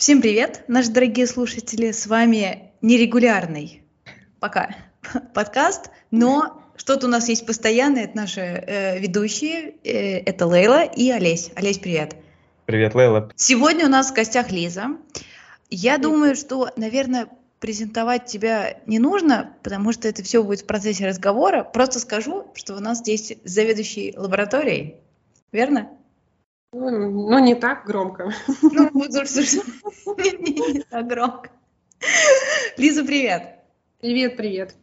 Всем привет, наши дорогие слушатели, с вами нерегулярный пока подкаст, но что-то у нас есть постоянное, это наши ведущие, это Лейла и Олесь. Олесь, привет. Привет, Лейла. Сегодня у нас в гостях Лиза. Я думаю, что, наверное, презентовать тебя не нужно, потому что это все будет в процессе разговора. Просто скажу, что у нас здесь заведующий лабораторией, верно? Ну, не так громко. Ну, не так громко. Лиза, привет. Привет.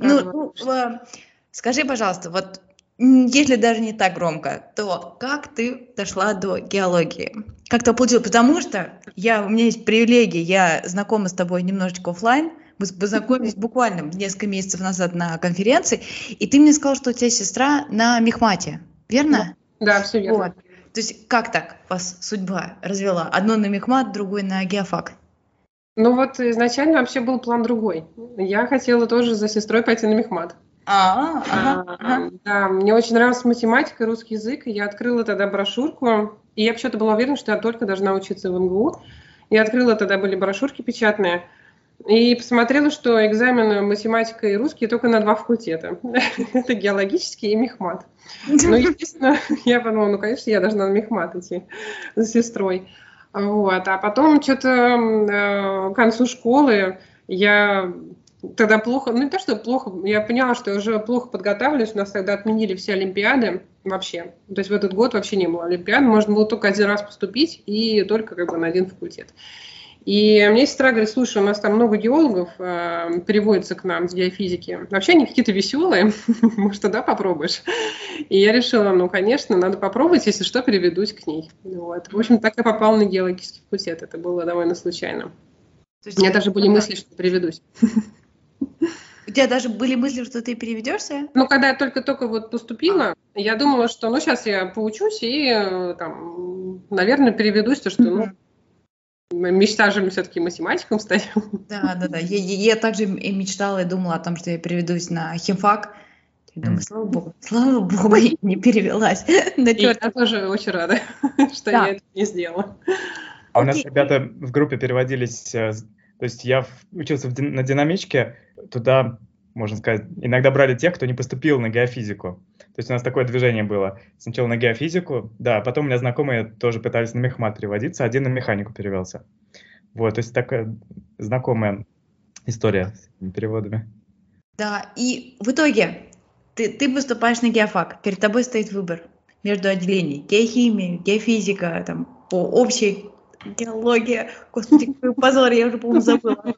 Скажи, пожалуйста, вот если даже не так громко, то как ты дошла до геологии? Как это получилось? Потому что у меня есть привилегия, я знакома с тобой немножечко офлайн. Мы познакомились буквально несколько месяцев назад на конференции, и ты мне сказала, что у тебя сестра на мехмате, верно? Да, все верно. Вот. То есть как так вас судьба развела? Одно на мехмат, другой на геофак. Ну вот изначально вообще был план другой. Я хотела тоже за сестрой пойти на мехмат. Да, мне очень нравилась математика, русский язык, и я открыла тогда брошюрку, и я почему-то была уверена, что я только должна учиться в МГУ. Я открыла, тогда были брошюрки печатные, и посмотрела, что экзамены математика и русский только на 2 факультета. Это геологический и мехмат. Ну, естественно, я подумала, конечно, я должна на мехмат идти за сестрой. Вот. А потом что-то к концу школы я тогда плохо, ну не то, что плохо, я поняла, что я уже плохо подготавливаюсь, у нас тогда отменили все олимпиады вообще. То есть в этот год вообще не было олимпиад, можно было только 1 раз поступить и только на 1 факультет. И мне сестра говорит, слушай, у нас там много геологов переводятся к нам с геофизики. Вообще они какие-то веселые, может, тогда попробуешь? И я решила, ну, конечно, надо попробовать, если что, переведусь к ней. Вот. В общем, так я попала на геологический факультет, это было довольно случайно. У меня даже были мысли, что переведусь. У тебя даже были мысли, что ты переведешься? Ну, когда я только вот поступила, я думала, что, ну, сейчас я поучусь и, там, наверное, переведусь, то, что, мечта же все-таки математиком стать. Да. Я также и мечтала и думала о том, что я переведусь на химфак. Я думаю, слава богу, я не перевелась. И я тоже очень рада, что я это не сделала. А у нас ребята в группе переводились, то есть я учился на динамичке, туда, можно сказать, иногда брали тех, кто не поступил на геофизику. То есть у нас такое движение было. Сначала на геофизику, да, потом у меня знакомые тоже пытались на мехмат переводиться, один на механику перевелся. Вот, то есть такая знакомая история с этими переводами. Да, и в итоге ты поступаешь на геофак, перед тобой стоит выбор между отделениями: геохимия, геофизика, там, по общей геология. Господи, какой позор, я уже, по-моему, забыла.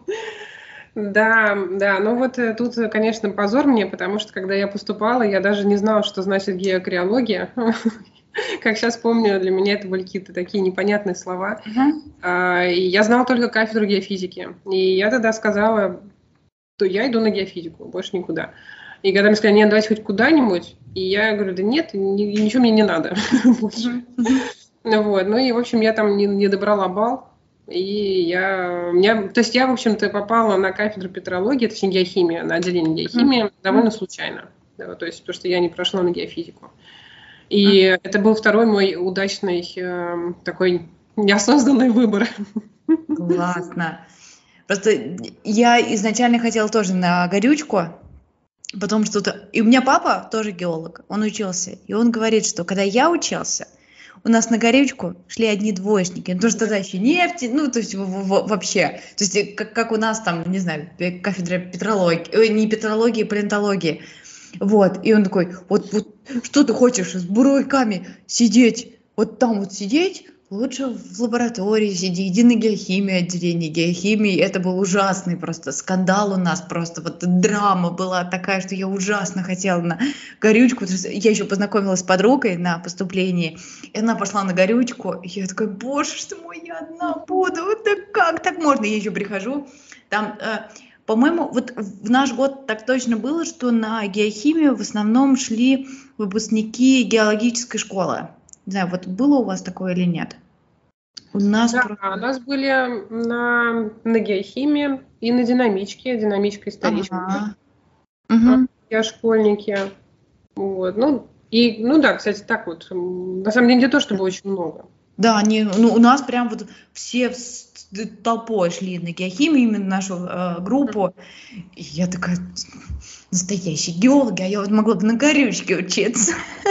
Да, ну вот тут, конечно, позор мне, потому что, когда я поступала, я даже не знала, что значит геокриология. Как сейчас помню, для меня это были какие-то такие непонятные слова. И я знала только кафедру геофизики. И я тогда сказала, что я иду на геофизику, больше никуда. И когда мне сказали, нет, давайте хоть куда-нибудь, и я говорю, да нет, ничего мне не надо больше. Вот, ну и, в общем, я там не добрала балл. И я, в общем-то, попала на кафедру петрологии, точнее геохимия, на отделение геохимии довольно случайно. Да, то есть, потому что я не прошла на геофизику. И это был второй мой удачный такой неосознанный выбор. Классно. Просто я изначально хотела тоже на горючку, потом что-то... И у меня папа тоже геолог, он учился. И он говорит, что когда я учился, у нас на горючку шли одни двоечники, потому что тогда еще нефти, ну, то есть вообще. То есть как у нас там, не знаю, кафедра петрологии, не петрологии, палеонтологии. Вот, и он такой, вот что ты хочешь, с буровиками сидеть, вот там вот сидеть? Лучше в лаборатории сиди, иди на геохимию, отделение геохимии. Это был ужасный просто скандал у нас, просто вот драма была такая, что я ужасно хотела на горючку. Я еще познакомилась с подругой на поступлении, и она пошла на горючку, и я такая, боже что мой, я одна буду, да как так можно? Я еще прихожу, там... По-моему, вот в наш год так точно было, что на геохимию в основном шли выпускники геологической школы. Не знаю, вот было у вас такое или нет? У нас были на геохимии и на динамичке, динамичка историческая. Я школьники. Вот. Ну, да, кстати, так вот. На самом деле не то, чтобы очень много. Да, у нас прям вот все толпой шли на геохимию, именно нашу группу. И я такая, настоящий геолог, а я вот могла бы на горючке учиться.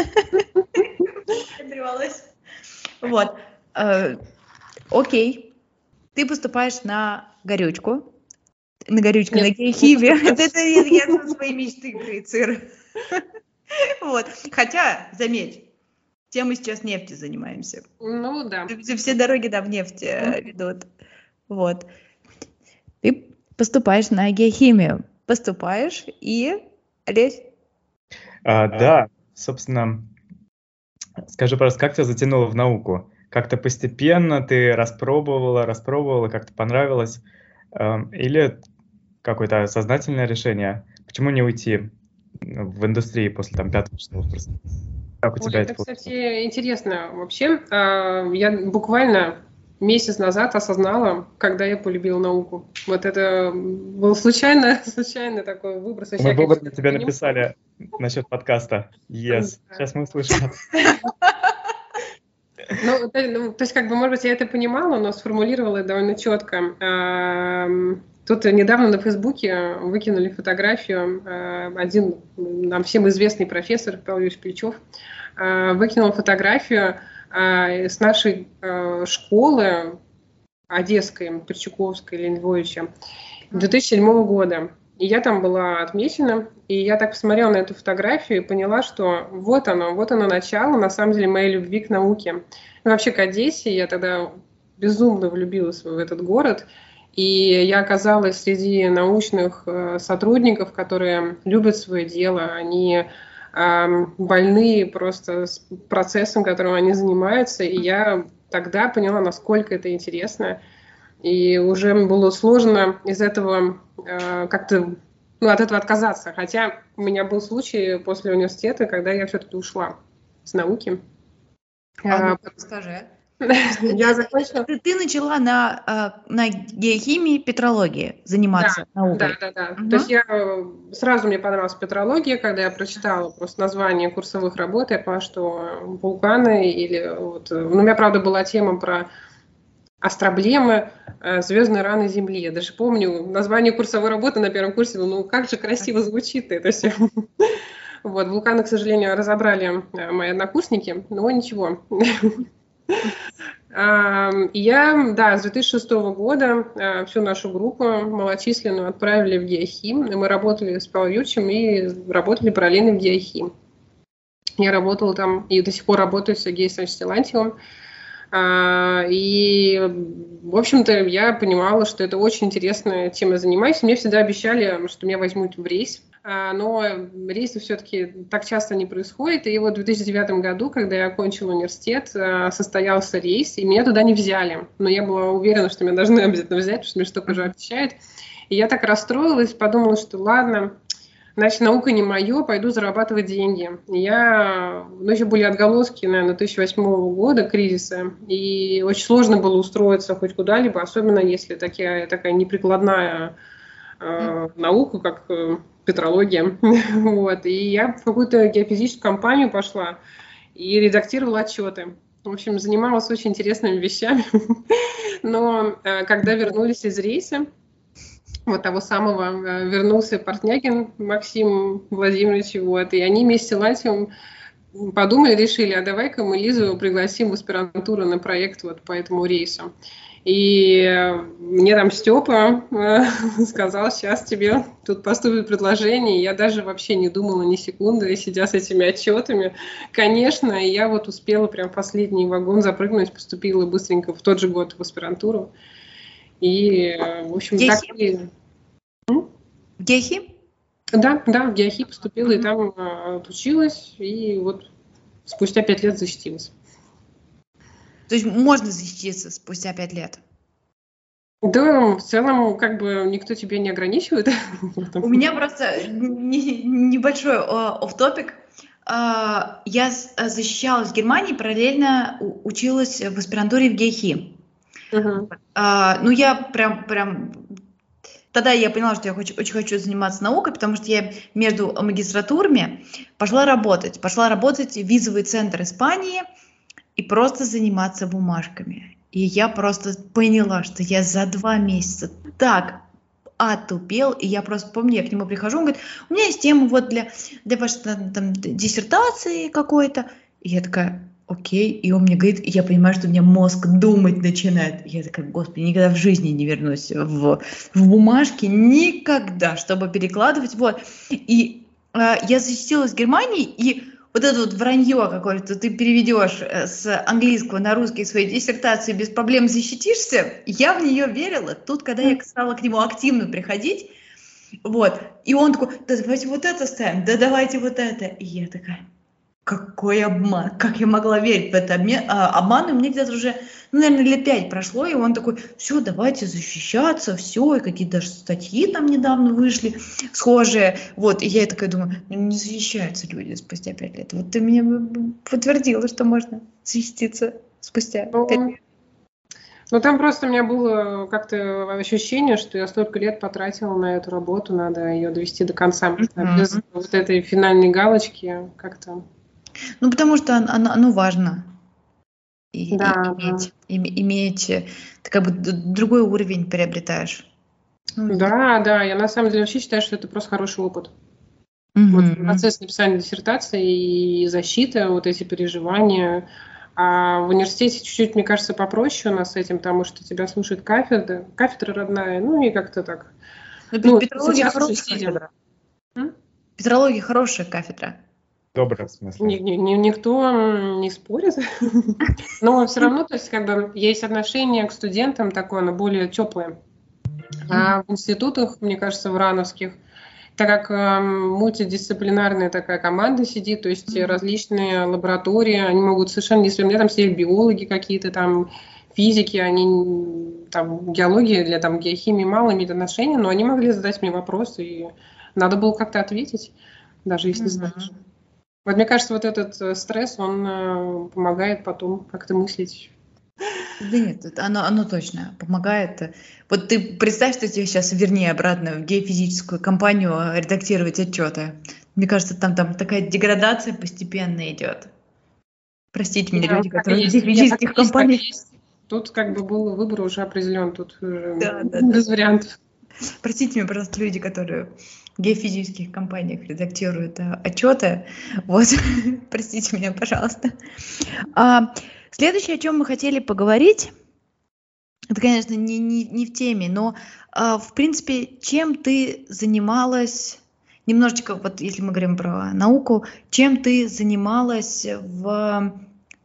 Вот. Окей. Ты поступаешь на горючку. На геохимию. Это я со своей мечты проецирую. Вот. Хотя, заметь, тем мы сейчас нефтью занимаемся. Ну, да. Все дороги в нефть ведут. Вот. Ты поступаешь на геохимию. Поступаешь и... Олесь? Да, собственно, скажи, пожалуйста, как тебя затянуло в науку? Как-то постепенно ты распробовала, как-то понравилось? Или какое-то сознательное решение? Почему не уйти в индустрии после 5-6 курса? Как у тебя это, кстати, интересно вообще. Я буквально месяц назад осознала, когда я полюбила науку. Вот это был случайный такой выброс. Мы вовремя тебе написали насчет подкаста. Yes. Сейчас мы услышим. То есть, может быть, я это понимала, но сформулировала это довольно четко. Тут недавно на Фейсбуке выкинули фотографию. Один нам всем известный профессор Павел Юрьевич Плечев выкинул фотографию с нашей школы одесской, Перчуковской или Львовича 2007 года. И я там была отмечена, и я так посмотрела на эту фотографию и поняла, что вот оно начало, на самом деле, моей любви к науке. И вообще к Одессе. Я тогда безумно влюбилась в этот город. И я оказалась среди научных сотрудников, которые любят свое дело. Они больны просто с процессом, которым они занимаются. И я тогда поняла, насколько это интересно. И уже было сложно из этого как-то от этого отказаться. Хотя у меня был случай после университета, когда я все-таки ушла с науки. Расскажи. Я закончила. Ты начала на геохимии, петрологии заниматься наукой. Да. То есть сразу мне понравилась петрология, когда я прочитала просто название курсовых работ, я поняла, что вулканы или у меня, правда, была тема про астроблемы, звездные раны Земли. Я даже помню название курсовой работы на первом курсе, как же красиво звучит это все. Вот, вулканы, к сожалению, разобрали мои однокурсники, но ничего. Я, с 2006 года всю нашу группу малочисленную отправили в геохим, и мы работали с Павлом Юрьевичем и работали параллельно в геохим. Я работала там и до сих пор работаю с Сергеем Александровичем Силантьевым. И, в общем-то, я понимала, что это очень интересная тема, занимаюсь. Мне всегда обещали, что меня возьмут в рейс. Но рейсы все-таки так часто не происходят. И вот в 2009 году, когда я окончила университет, состоялся рейс, и меня туда не взяли. Но я была уверена, что меня должны обязательно взять, потому что мне столько же обещают. И я так расстроилась, подумала, что ладно, значит, наука не мое, пойду зарабатывать деньги. Еще были отголоски, наверное, 2008 года, кризиса, и очень сложно было устроиться хоть куда-либо, особенно если такая неприкладная наука, как петрология. Вот. И я в какую-то геофизическую компанию пошла и редактировала отчеты. В общем, занималась очень интересными вещами. Но когда вернулись из рейса, того самого, вернулся Портнягин Максим Владимирович, и они вместе с Силантьевым подумали, решили, давай-ка мы Лизу пригласим в аспирантуру на проект по этому рейсу. И мне там Степа сказал, сейчас тебе тут поступит предложение. И я даже вообще не думала ни секунды, сидя с этими отчетами. Конечно, и я успела прям в последний вагон запрыгнуть, поступила быстренько в тот же год в аспирантуру. И, в общем, Геохим? так и... Геохим? Да, в геохим поступила, и там отучилась, и спустя 5 лет защитилась. То есть можно защититься спустя 5 лет? Да, в целом, никто тебя не ограничивает. У меня просто небольшой офф-топик. Я защищалась в Германии, параллельно училась в аспирантуре в геохим. Я прям... Тогда я поняла, что я очень хочу заниматься наукой, потому что я между магистратурами пошла работать в визовый центр Испании, и просто заниматься бумажками. И я просто поняла, что я за 2 месяца так отупел, и я просто помню, я к нему прихожу, он говорит, у меня есть тема вот для вашей там диссертации какой-то. И я такая, окей, и он мне говорит, и я понимаю, что у меня мозг думать начинает. И я такая, господи, никогда в жизни не вернусь в бумажки, никогда, чтобы перекладывать, вот. И я защитилась в Германии, и вот это вот вранье какое-то, ты переведешь с английского на русский свою диссертацию, без проблем защитишься, я в нее верила. Тут, когда я стала к нему активно приходить, вот, и он такой, да давайте вот это ставим, да давайте вот это. И я такая, какой обман, как я могла верить в это обман, и мне где-то уже, наверное, лет 5 прошло, и он такой, все, давайте защищаться, все, и какие-то даже статьи там недавно вышли схожие, вот, и я такая думаю, не защищаются люди спустя 5 лет, вот ты мне подтвердила, что можно защититься спустя 5 лет. Ну, там просто у меня было как-то ощущение, что я столько лет потратила на эту работу, надо ее довести до конца, без вот этой финальной галочки как-то. Ну, потому что оно важно. Иметь, ты как бы другой уровень приобретаешь. Да, я на самом деле вообще считаю, что это просто хороший опыт. Вот процесс написания диссертации и защита, вот эти переживания. А в университете чуть-чуть, мне кажется, попроще у нас с этим, потому что тебя слушает кафедра родная, ну и как-то так. Петрология хорошая кафедра. Петрология хорошая кафедра. Добрый, в смысле. Никто не спорит, но все равно, то есть, как бы, есть отношение к студентам такое, оно более теплое. А в институтах, мне кажется, в РАНовских, так как мультидисциплинарная такая команда сидит, то есть различные лаборатории, они могут совершенно, если у меня там сидят биологи какие-то, там физики, они там геология для там геохимии мало имеют отношения, но они могли задать мне вопросы, и надо было как-то ответить, даже если знаешь. Вот мне кажется, вот этот стресс, он помогает потом как-то мыслить. Да нет, оно точно помогает. Вот ты представь, что тебе сейчас верни обратно в геофизическую компанию редактировать отчеты. Мне кажется, там такая деградация постепенно идет. Простите меня, люди, которые в геофизических компаниях. Тут как бы был выбор уже определен, тут без вариантов. Простите меня, пожалуйста, люди, которые в геофизических компаниях редактируют отчеты. Вот, простите меня, пожалуйста. Следующее, о чем мы хотели поговорить, это, конечно, не в теме, но, в принципе, чем ты занималась, немножечко, вот если мы говорим про науку, чем ты занималась в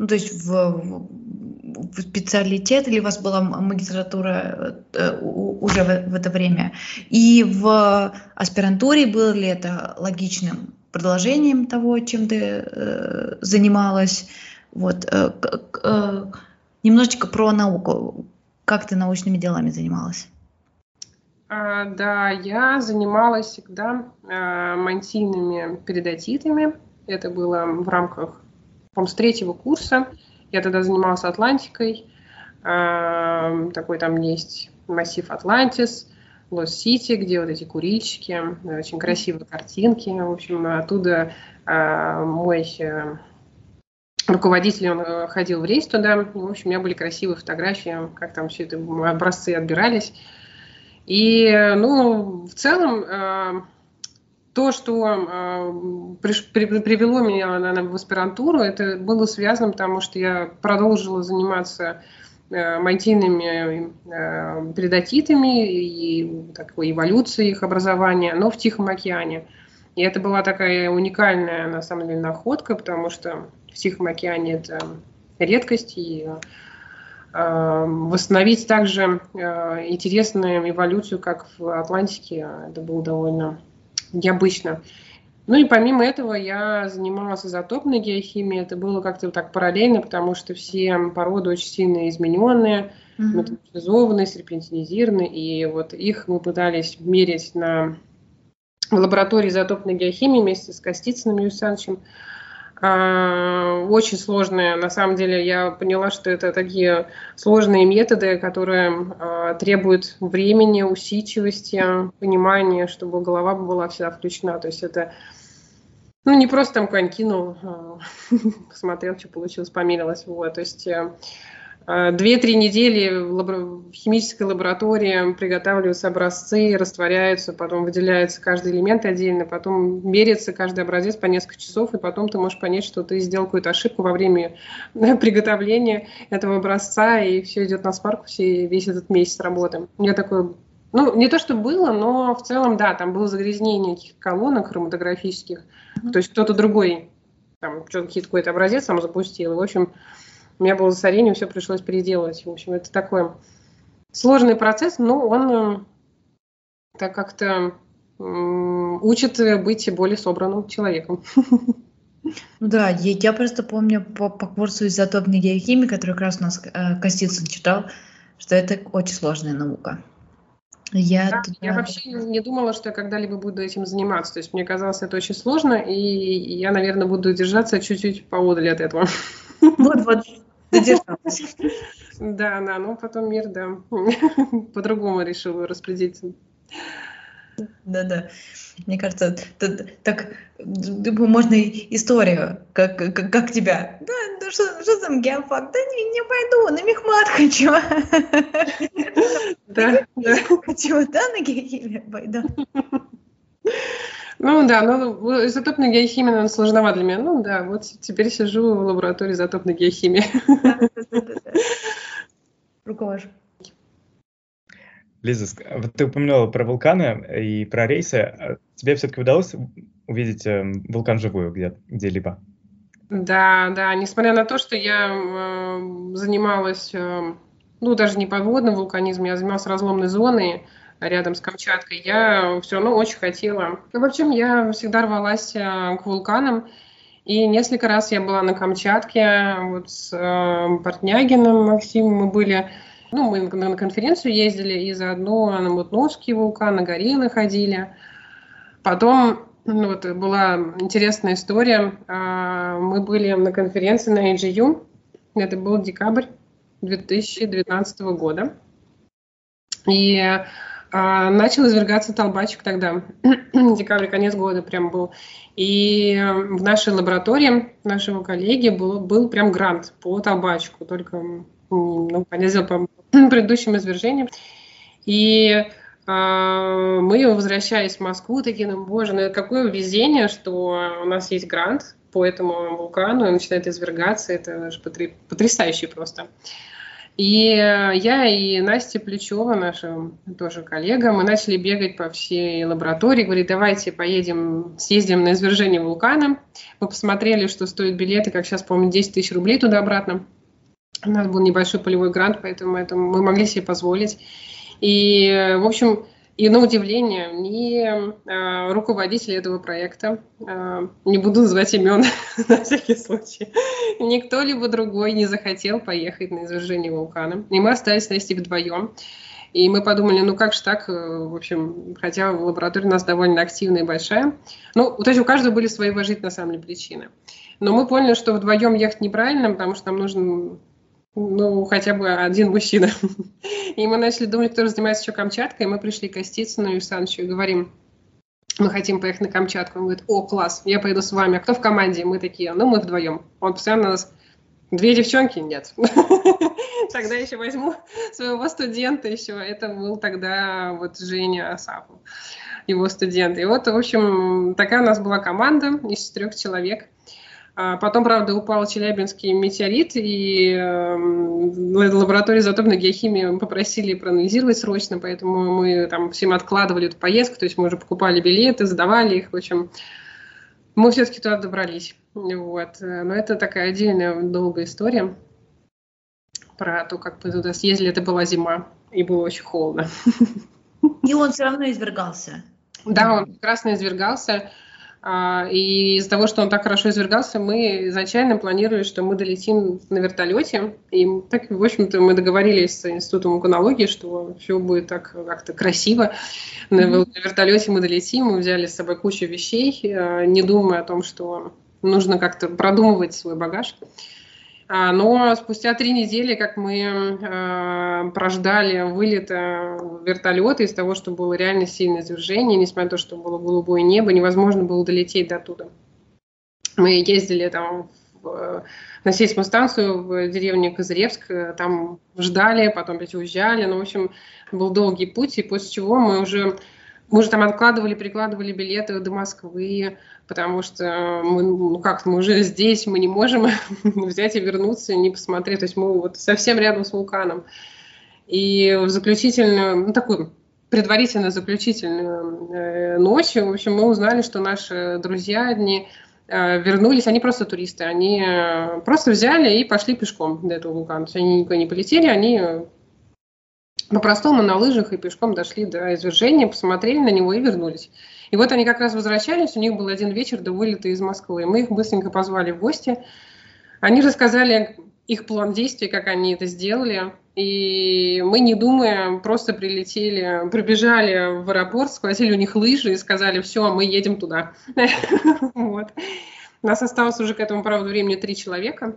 специалитет, или у вас была магистратура уже в это время, и в аспирантуре было ли это логичным продолжением того, чем ты занималась? Вот, немножечко про науку. Как ты научными делами занималась? Да, я занималась всегда мантийными перидотитами. Это было в рамках, по-моему, с 3-го курса. Я тогда занималась Атлантикой. Такой там есть массив Атлантис, Лос-Сити, где вот эти курильщики, очень красивые картинки. В общем, оттуда мой руководитель, он ходил в рейс туда. В общем, у меня были красивые фотографии, как там все это, образцы отбирались. И, в целом, то, что привело меня в аспирантуру, это было связано, потому что я продолжила заниматься мантийными перидотитами и такой эволюцией их образования, но в Тихом океане. И это была такая уникальная, на самом деле, находка, потому что в Тихом океане это редкость, и восстановить также интересную эволюцию, как в Атлантике, это было довольно необычно. Ну и помимо этого я занималась изотопной геохимией, это было как-то так параллельно, потому что все породы очень сильно измененные, метаморфизованные, серпентинизированные, и вот их мы пытались мерить в лаборатории изотопной геохимии вместе с Костицыным Юрием Александровичем. Очень сложные. На самом деле я поняла, что это такие сложные методы, которые требуют времени, усидчивости, понимания, чтобы голова была всегда включена. То есть это Ну, не просто там конь кинул, посмотрел, что получилось, померилось. Вот, то есть 2-3 недели в химической лаборатории приготавливаются образцы, растворяются, потом выделяется каждый элемент отдельно, потом меряется каждый образец по несколько часов, и потом ты можешь понять, что ты сделал какую-то ошибку во время приготовления этого образца, и все идет на сварку, весь этот месяц работы. У меня такое, ну, не то, что было, но в целом, да, там было загрязнение каких-то колонок хроматографических, то есть кто-то другой, там, какой-то образец сам запустил, и, в общем, у меня было засорение, все пришлось переделывать. В общем, это такой сложный процесс, но он так как-то учит быть более собранным человеком. Ну да, я просто помню по курсу изотопной геохимии, который как раз у нас Костицын читал, что это очень сложная наука. Я вообще не думала, что я когда-либо буду этим заниматься. То есть мне казалось, это очень сложно, и я, наверное, буду держаться чуть-чуть поодаль от этого. Вот, задержалась. Да, но потом мир, да, по-другому решил распределиться. Да. Мне кажется, так можно историю, как тебя. Да, что там геофак? Да не пойду, на мехмат хочу. Да. Хочу, да, на геохимию пойду. Ну да, изотопная геохимия, наверное, сложновато для меня. Ну да, вот теперь сижу в лаборатории изотопной геохимии. Да. Руковожу. Лиза, вот ты упомянула про вулканы и про рейсы. Тебе все-таки удалось увидеть вулкан живую где-либо? Да, несмотря на то, что я занималась, даже не подводным вулканизмом, я занималась разломной зоной рядом с Камчаткой, я все равно очень хотела. В общем, я всегда рвалась к вулканам, и несколько раз я была на Камчатке, вот с Портнягиным Максимом мы были. Мы на конференцию ездили, и заодно на Мутновский вулкан, на Горелый ходили. Потом, была интересная история. Мы были на конференции на AGU. Это был декабрь 2019 года. И начал извергаться Толбачик тогда. Декабрь, конец года прям был. И в нашей лаборатории нашего коллеги был прям грант по Толбачику. Только, понятно, по предыдущим извержениям. И мы, возвращаясь в Москву, такие, боже, какое везение, что у нас есть грант по этому вулкану, и начинает извергаться, это же потрясающе просто. И я и Настя Плечева, наша тоже коллега, мы начали бегать по всей лаборатории, говорит, давайте съездим на извержение вулкана. Мы посмотрели, что стоят билеты, как сейчас помню, 10 тысяч рублей туда-обратно. У нас был небольшой полевой грант, поэтому мы могли себе позволить. И, в общем, и на удивление, ни руководитель этого проекта, не буду называть имен на всякий случай, никто либо другой не захотел поехать на извержение вулкана. И мы остались с Настей вдвоем. И мы подумали, как же так, в общем, хотя лаборатория у нас довольно активная и большая. То есть у каждого были свои уважительные, на самом деле, причины. Но мы поняли, что вдвоем ехать неправильно, потому что нам нужен хотя бы один мужчина. И мы начали думать, кто же занимается еще Камчаткой, и мы пришли к Костицыну и Санычу и говорим, мы хотим поехать на Камчатку. Он говорит, о, класс, я поеду с вами. А кто в команде? Мы такие, мы вдвоем. Он постоянно на нас, 2 девчонки? Нет. Тогда еще возьму своего студента еще. Это был тогда Женя Асапов, его студент. И в общем, такая у нас была команда из 4 человек. Потом, правда, упал Челябинский метеорит, и лабораторию изотопной геохимии попросили проанализировать срочно, поэтому мы там всем откладывали эту поездку, то есть мы уже покупали билеты, сдавали их, в общем, мы все-таки туда добрались. Но это такая отдельная долгая история про то, как мы туда съездили, это была зима, и было очень холодно. И он все равно извергался. Да, он прекрасно извергался. И из-за того, что он так хорошо извергался, мы изначально планировали, что мы долетим на вертолете. И так, в общем-то, мы договорились с Институтом вулканологии, что все будет так как-то красиво. На вертолете мы долетим, мы взяли с собой кучу вещей, не думая о том, что нужно как-то продумывать свой багаж. Но спустя 3 недели, как мы прождали вылета вертолета, из того, что было реально сильное извержение, несмотря на то, что было голубое небо, невозможно было долететь до туда. Мы ездили там на сейсмовую станцию в деревне Козыревск, там ждали, потом опять уезжали. Ну, в общем, был долгий путь, и после чего мы уже там откладывали, прикладывали билеты до Москвы, потому что мы уже здесь, мы не можем взять и вернуться, не посмотреть. То есть мы вот совсем рядом с вулканом. И в заключительную, такую предварительно заключительную ночь, в общем, мы узнали, что наши друзья одни вернулись, они просто туристы, они просто взяли и пошли пешком до этого вулкана. То есть они никуда не полетели, они по-простому на лыжах и пешком дошли до извержения, посмотрели на него и вернулись. И вот они как раз возвращались, у них был один вечер до вылета из Москвы. Мы их быстренько позвали в гости. Они рассказали их план действий, как они это сделали. И мы, не думая, просто прилетели, прибежали в аэропорт, схватили у них лыжи и сказали: все, мы едем туда. У нас осталось уже к этому, правда, времени 3 человека.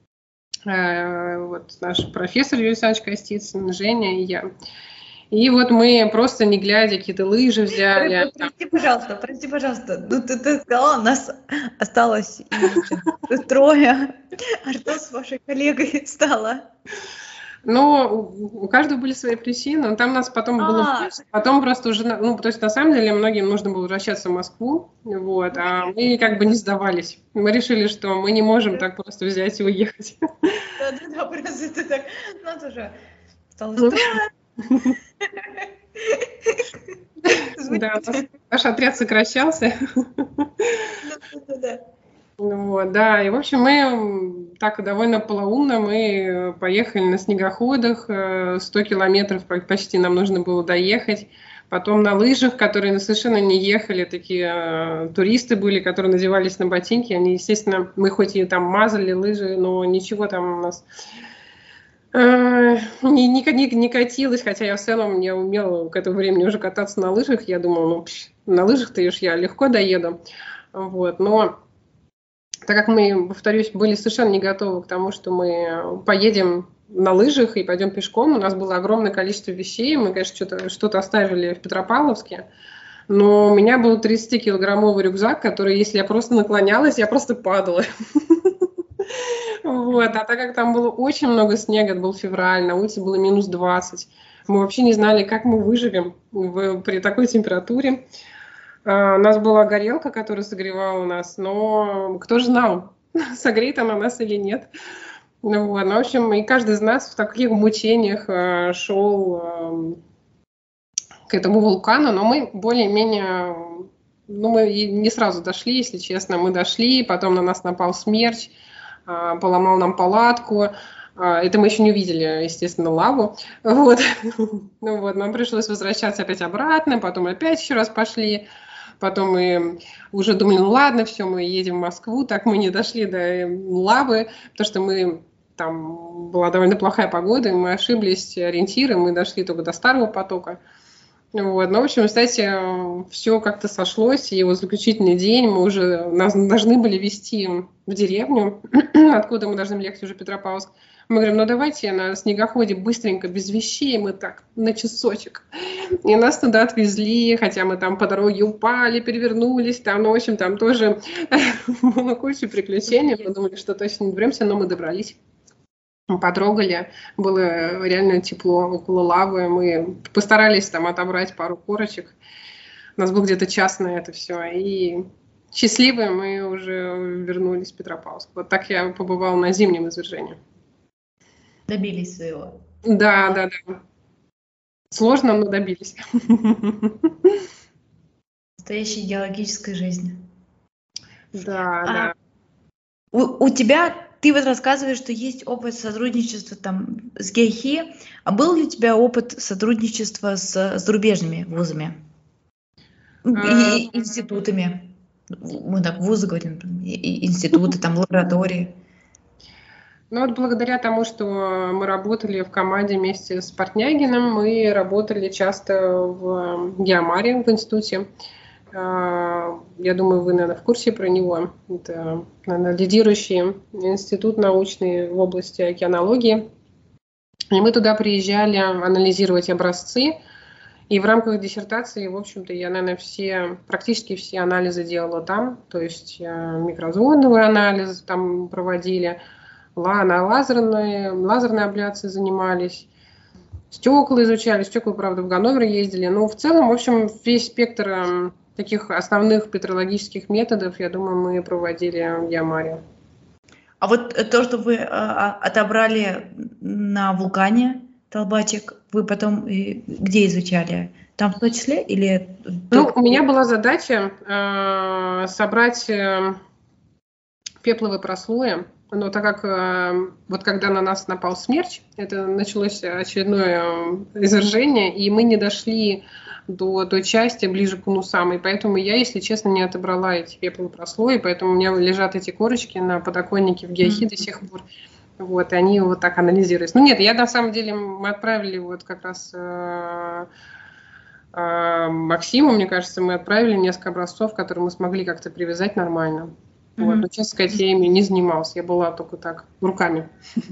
Вот наш профессор Юрий Александрович Костицын, Женя и я. И вот мы просто, не глядя, какие-то лыжи взяли. Прости, пожалуйста. Ну, ты сказала, нас осталось 3. А что с вашей коллегой стало? Ну, у каждого были свои причины, но там нас потом было... Потом просто уже... Ну, то есть, на самом деле, многим нужно было возвращаться в Москву, вот, а мы как бы не сдавались. Мы решили, что мы не можем так просто взять и уехать. Да, просто это так... Нас уже осталось 3. Да, наш отряд сокращался. Да. Вот, да, и в общем мы так довольно полоумно мы поехали на снегоходах, 100 километров почти нам нужно было доехать, потом на лыжах, которые совершенно не ехали, такие туристы были, которые надевались на ботинки, они, естественно, мы хоть и там мазали лыжи, но ничего там у нас не катилось, хотя я в целом не умела к этому времени уже кататься на лыжах, я думала, ну, на лыжах-то я легко доеду, вот, но так как мы, повторюсь, были совершенно не готовы к тому, что мы поедем на лыжах и пойдем пешком, у нас было огромное количество вещей, мы, конечно, что-то оставили в Петропавловске, но у меня был 30-килограммовый рюкзак, который, если я просто наклонялась, я просто падала. Вот. А так как там было очень много снега, это был февраль, на улице было минус 20, мы вообще не знали, как мы выживем при такой температуре. У нас была горелка, которая согревала нас, но кто же знал, согреет она нас или нет. Ну, вот. Ну, в общем, и каждый из нас в таких мучениях шел к этому вулкану, но мы более-менее, ну, мы не сразу дошли, если честно, мы дошли, потом на нас напал смерч, поломал нам палатку. Это мы еще не увидели, естественно, лаву. Вот. Ну, вот, нам пришлось возвращаться опять обратно, потом опять еще раз пошли. Потом мы уже думали, ну ладно, все, мы едем в Москву. Так мы не дошли до лавы, потому что там была довольно плохая погода, и мы ошиблись ориентиром, мы дошли только до Старого потока. Вот. Ну, в общем, кстати, все как-то сошлось, и вот заключительный день нас должны были везти в деревню, откуда мы должны были ехать уже в Петропавловск. Мы говорим, ну давайте на снегоходе быстренько, без вещей, мы так, на часочек. И нас туда отвезли, хотя мы там по дороге упали, перевернулись, там, ну, в общем, там тоже было куча приключений. Мы думали, что точно не доберемся, но мы добрались. Мы потрогали, было реально тепло около лавы. Мы постарались там отобрать пару корочек. У нас был где-то час на это все. И счастливые мы уже вернулись в Петропавловск. Вот так я побывала на зимнем извержении. Добились своего. Да. Сложно, но добились. Настоящей геологической жизни. Да. У тебя, ты вот рассказываешь, что есть опыт сотрудничества там с ГЕХИ, а был ли у тебя опыт сотрудничества с зарубежными вузами? И институтами? Мы так вузы говорим, институты, там лаборатории. Ну вот благодаря тому, что мы работали в команде вместе с Портнягиным, мы работали часто в Геомаре, в институте. Я думаю, вы, наверное, в курсе про него. Это, наверное, лидирующий институт научный в области океанологии. И мы туда приезжали анализировать образцы. И в рамках диссертации, в общем-то, я, наверное, практически все анализы делала там. То есть микрозоновый анализ там проводили, лазерной абляцией занимались, стекла изучали. Стекла, правда, в Ганновер ездили. Но в целом, в общем, весь спектр таких основных петрологических методов, я думаю, мы проводили в Ямаре. А вот то, что вы отобрали на вулкане Толбачек, вы потом где изучали? Там в том числе или... Ну, у меня была задача собрать пепловые прослои. Но так как вот когда на нас напал смерч, это началось очередное извержение, и мы не дошли до той части ближе к конусам, и поэтому я, если честно, не отобрала эти пепловые прослои, поэтому у меня лежат эти корочки на подоконнике в ГеоХи до сих пор. Вот, и они вот так анализируются. Ну нет, я на самом деле, мы отправили вот как раз Максиму, мне кажется, мы отправили несколько образцов, которые мы смогли как-то привязать нормально. Вот, но, честно сказать, я ими не занималась, я была только так, руками.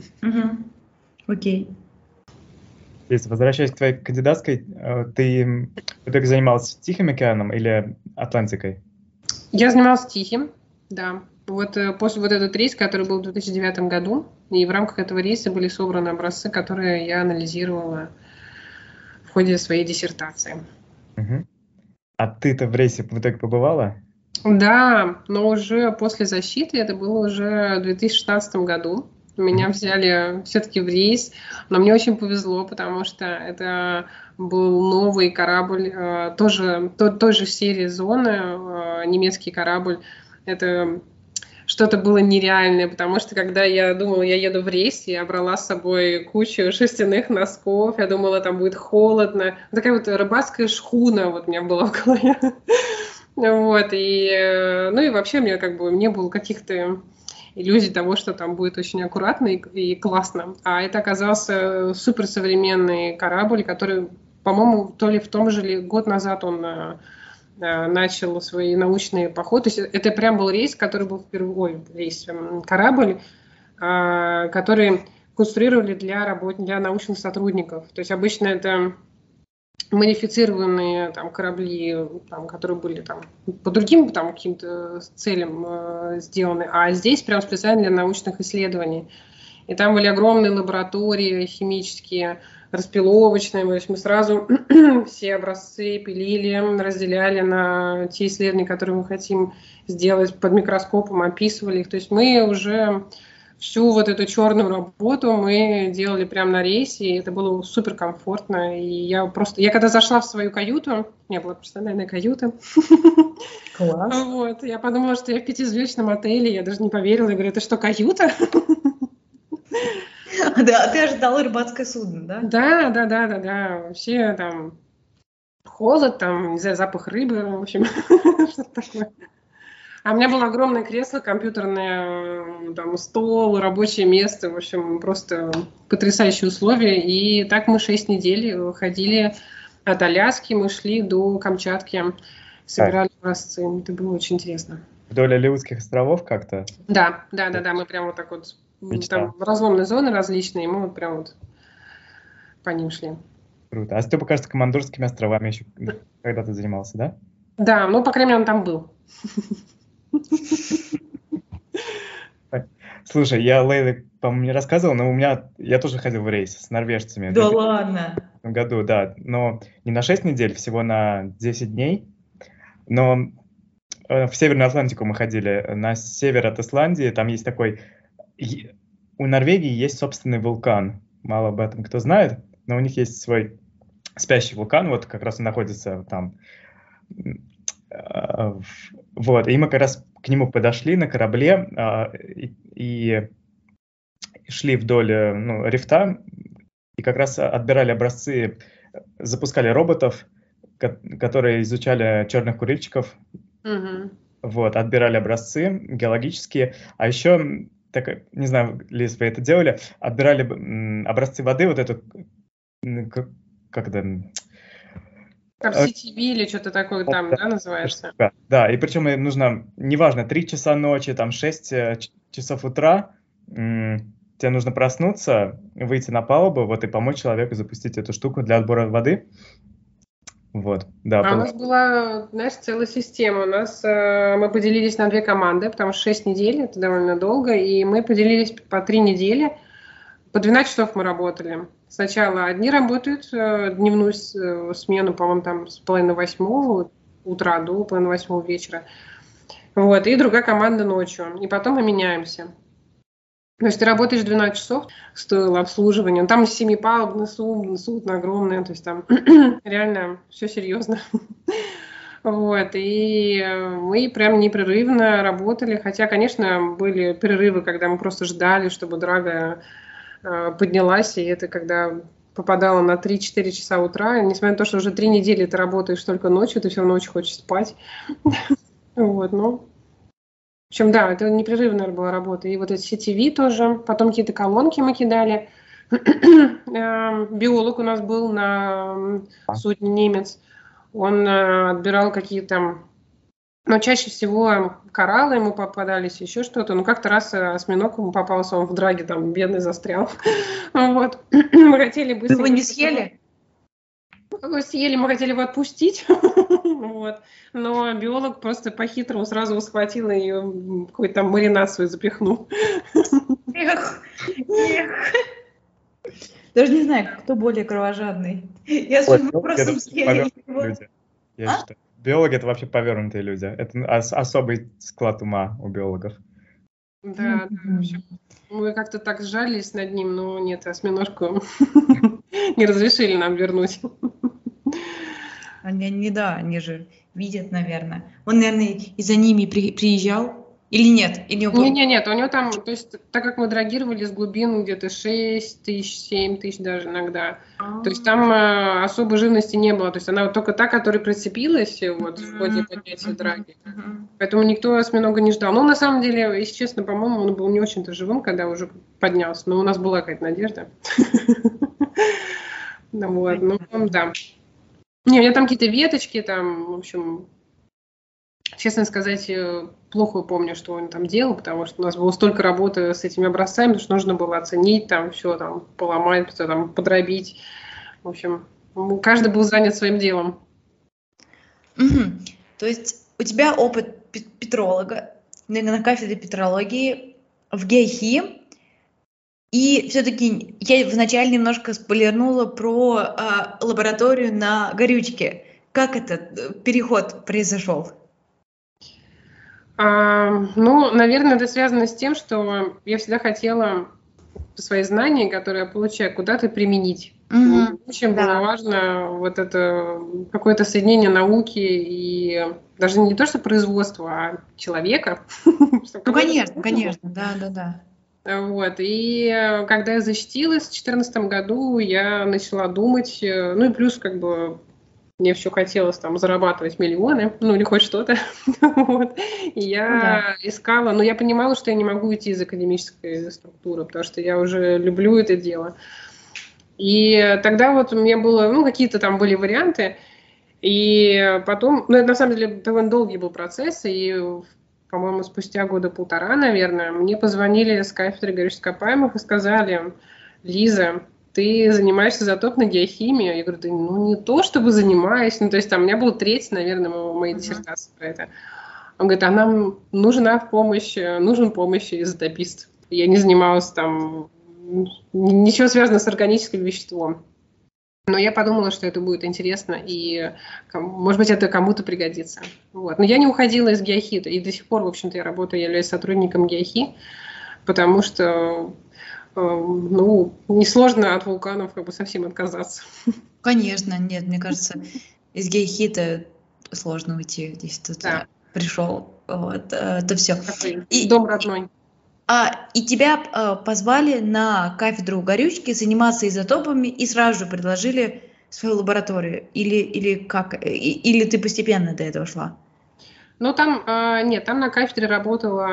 Окей. Если возвращаясь к твоей кандидатской, ты занималась Тихим океаном или Атлантикой? Я занималась Тихим, да. Вот после вот этот рейс, который был в 2009 году, и в рамках этого рейса были собраны образцы, которые я анализировала в ходе своей диссертации. А ты-то в рейсе в итоге побывала? Да, но уже после защиты, это было уже в 2016 году. Меня взяли все-таки в рейс, но мне очень повезло, потому что это был новый корабль, тоже той же серии «Зоны», немецкий корабль. Это что-то было нереальное, потому что когда я думала, я еду в рейс, я брала с собой кучу шерстяных носков, я думала, там будет холодно. Такая вот рыбацкая шхуна вот у меня была в голове. Вот, ну и вообще мне не было каких-то иллюзий того, что там будет очень аккуратно и классно. А это оказался суперсовременный корабль, который, по-моему, то ли в том же год назад он начал свои научные походы. То есть это прям был рейс, который был впервые, корабль, который конструировали для научных сотрудников. То есть обычно это модифицированные там корабли, там, которые были там по другим там каким-то целям сделаны, а здесь прям специально для научных исследований. И там были огромные лаборатории химические, распиловочные. То есть мы сразу все образцы пилили, разделяли на те исследования, которые мы хотим сделать, под микроскопом описывали их. То есть мы уже всю вот эту черную работу мы делали прямо на рейсе, и это было супер комфортно. И я когда зашла в свою каюту, у меня была персональная каюта. Класс. Вот, я подумала, что я в 5-звездочном отеле, я даже не поверила. Я говорю, это что, каюта? Да, ты ожидала рыбацкое судно, да? Да. Вообще там холод, там, не знаю, запах рыбы, в общем, что-то такое. А у меня было огромное кресло, компьютерное, там, стол, рабочее место, в общем, просто потрясающие условия. И так мы 6 недель ходили от Аляски, мы шли до Камчатки, собирали образцы. Это было очень интересно. Вдоль Алеутских островов как-то? Да, мы прям вот так вот, там разломные зоны различные, и мы вот прям вот по ним шли. Круто. А Степа, кажется, Командорскими островами еще когда-то занимался, да? Да, ну, по крайней мере, он там был. Слушай, я Лейле, по-моему, не рассказывал, но я тоже ходил в рейс с норвежцами. Да ладно? В этом году, да, но не на 6 недель, всего на 10 дней. Но в Северную Атлантику мы ходили, на север от Исландии, там есть такой... У Норвегии есть собственный вулкан, мало об этом кто знает, но у них есть свой спящий вулкан, вот как раз он находится там... Вот, и мы как раз к нему подошли на корабле и шли вдоль рифта, и как раз отбирали образцы, запускали роботов, которые изучали черных курильщиков, вот, отбирали образцы геологические, а еще, не знаю, ли вы это делали, отбирали образцы воды, вот эту, как это... Там CTV или что-то такое там, да, называется? Да, и причем нужно, неважно, 3 часа ночи, там 6 часов утра, тебе нужно проснуться, выйти на палубу, вот и помочь человеку запустить эту штуку для отбора воды. Вот, да. А у нас была, знаешь, целая система. Мы поделились на 2 команды, потому что 6 недель, это довольно долго, и мы поделились по 3 недели. По 12 часов мы работали. Сначала одни работают дневную смену, по-моему, там с 7:30 утра до 7:30 вечера. Вот, и другая команда ночью. И потом мы меняемся. То есть ты работаешь 12 часов, стоило обслуживание. Там 7-палубный судно огромное, то есть там реально все серьезно. Вот, и мы прям непрерывно работали, хотя, конечно, были перерывы, когда мы просто ждали, чтобы драга поднялась, и это когда попадало на 3-4 часа утра, и несмотря на то, что уже 3 недели ты работаешь только ночью, ты все равно очень хочешь спать. Вот, ну... В общем, да, это непрерывная была работа. И вот эти CTV тоже, потом какие-то колонки мы кидали. Биолог у нас был на судне немец. Он отбирал какие-то... Но чаще всего кораллы ему попадались, еще что-то. Но как-то раз осьминог ему попался, он в драге там бедный застрял. Вот. Мы хотели быстро... Вы его не съели? Съели, мы хотели его отпустить, вот. Но биолог просто по-хитрому сразу его схватил и ее какой-то там маринад свой запихнул. Эх. Даже не знаю, кто более кровожадный. Я с вопросом съели его. Я считаю. Биологи — это вообще повернутые люди. Это особый склад ума у биологов. Да, в общем, мы как-то так сжались над ним, но нет, осьминожку не разрешили нам вернуть. Они же видят, наверное. Он, наверное, и за ними приезжал? Или нет? Нет, у него там, то есть, так как мы драгировали с глубин где-то 6 тысяч, 7 тысяч даже иногда, то есть там особой живности не было, то есть она вот только та, которая прицепилась вот в ходе поднятия драги. Поэтому никто осьминога не ждал. Ну, на самом деле, если честно, по-моему, он был не очень-то живым, когда уже поднялся, но у нас была какая-то надежда. Вот, ну, да. Не, у меня там какие-то веточки, там, в общем, честно сказать, плохо помню, что он там делал, потому что у нас было столько работы с этими образцами, потому что нужно было оценить, там, все, там, поломать, там, подробить. В общем, каждый был занят своим делом. То есть у тебя опыт петролога на кафедре петрологии в ГеоХи. И все-таки я вначале немножко спойлернула про лабораторию на горючке. Как этот переход произошел? Ну, наверное, это связано с тем, что я всегда хотела свои знания, которые я получаю, куда-то применить. Очень было важно вот это какое-то соединение науки и даже не то, что производства, а человека. Ну, конечно, да. Вот, и когда я защитилась в 2014 году, я начала думать, ну и плюс как бы мне все хотелось там зарабатывать миллионы, ну или хоть что-то, вот. И я искала, но я понимала, что я не могу уйти из академической структуры, потому что я уже люблю это дело. И тогда вот у меня было, ну какие-то там были варианты, и потом, ну это на самом деле довольно долгий был процесс, и по-моему, спустя 1.5 года, наверное, мне позвонили с кафедры горючих ископаемых и сказали: Лиза, ты занимаешься изотопной геохимией? Я говорю, да ну не то, чтобы занимаюсь. Ну, то есть там у меня был третий, наверное, моей диссертации про это. Он говорит, а нам нужен помощь изотопист. Я не занималась там ничего связанного с органическим веществом. Но я подумала, что это будет интересно, и, может быть, это кому-то пригодится. Вот. Но я не уходила из геохи, и до сих пор, в общем-то, я являюсь сотрудником геохи, потому что, ну, несложно от вулканов как бы совсем отказаться. Конечно, нет, мне кажется, из геохи-то сложно уйти, если ты пришел, вот, это все. Дом родной. И тебя позвали на кафедру горючки заниматься изотопами и сразу же предложили свою лабораторию? Или как? Или ты постепенно до этого шла? Ну, там, нет, там на кафедре работала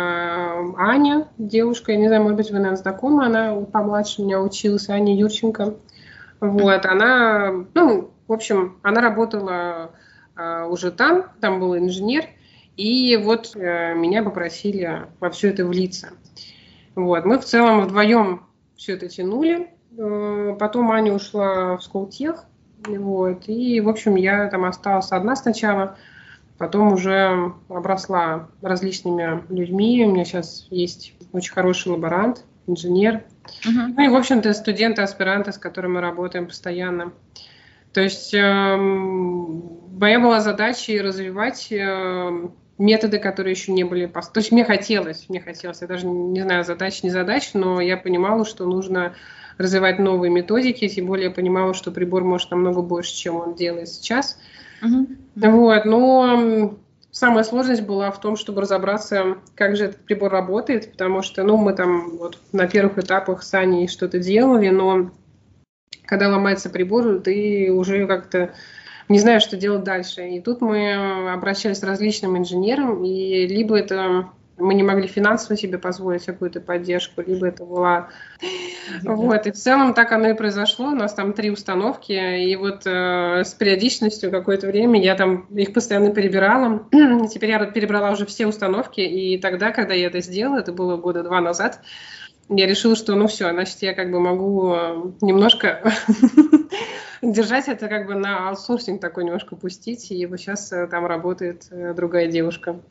Аня, девушка, я не знаю, может быть, вы, наверное, знакомы, она помладше меня училась, Аня Юрченко. Вот, она, ну, в общем, она работала уже там был инженер, и вот меня попросили во все это влиться. Вот. Мы в целом вдвоем все это тянули. Потом Аня ушла в Сколтех. Вот. И, в общем, я там осталась одна сначала, потом уже обросла различными людьми. У меня сейчас есть очень хороший лаборант, инженер. Ну и, в общем-то, студенты, аспиранты, с которыми мы работаем постоянно. То есть моя была задача развивать методы, которые еще не были... То есть мне хотелось, я даже не знаю, задач, не задач, но я понимала, что нужно развивать новые методики, тем более я понимала, что прибор может намного больше, чем он делает сейчас. Вот, но самая сложность была в том, чтобы разобраться, как же этот прибор работает, потому что, мы там вот на первых этапах с Аней что-то делали, но когда ломается прибор, ты уже как-то не знаешь, что делать дальше. И тут мы обращались к различным инженерам, и либо это мы не могли финансово себе позволить какую-то поддержку, либо это была... Вот, и в целом так оно и произошло. У нас там 3 установки, и вот с периодичностью какое-то время я там их постоянно перебирала. Теперь я перебрала уже все установки, и тогда, когда я это сделала, это было 2 года назад, я решила, что все, значит, я как бы могу немножко держать это как бы на аутсорсинг такой немножко пустить, и вот сейчас там работает другая девушка.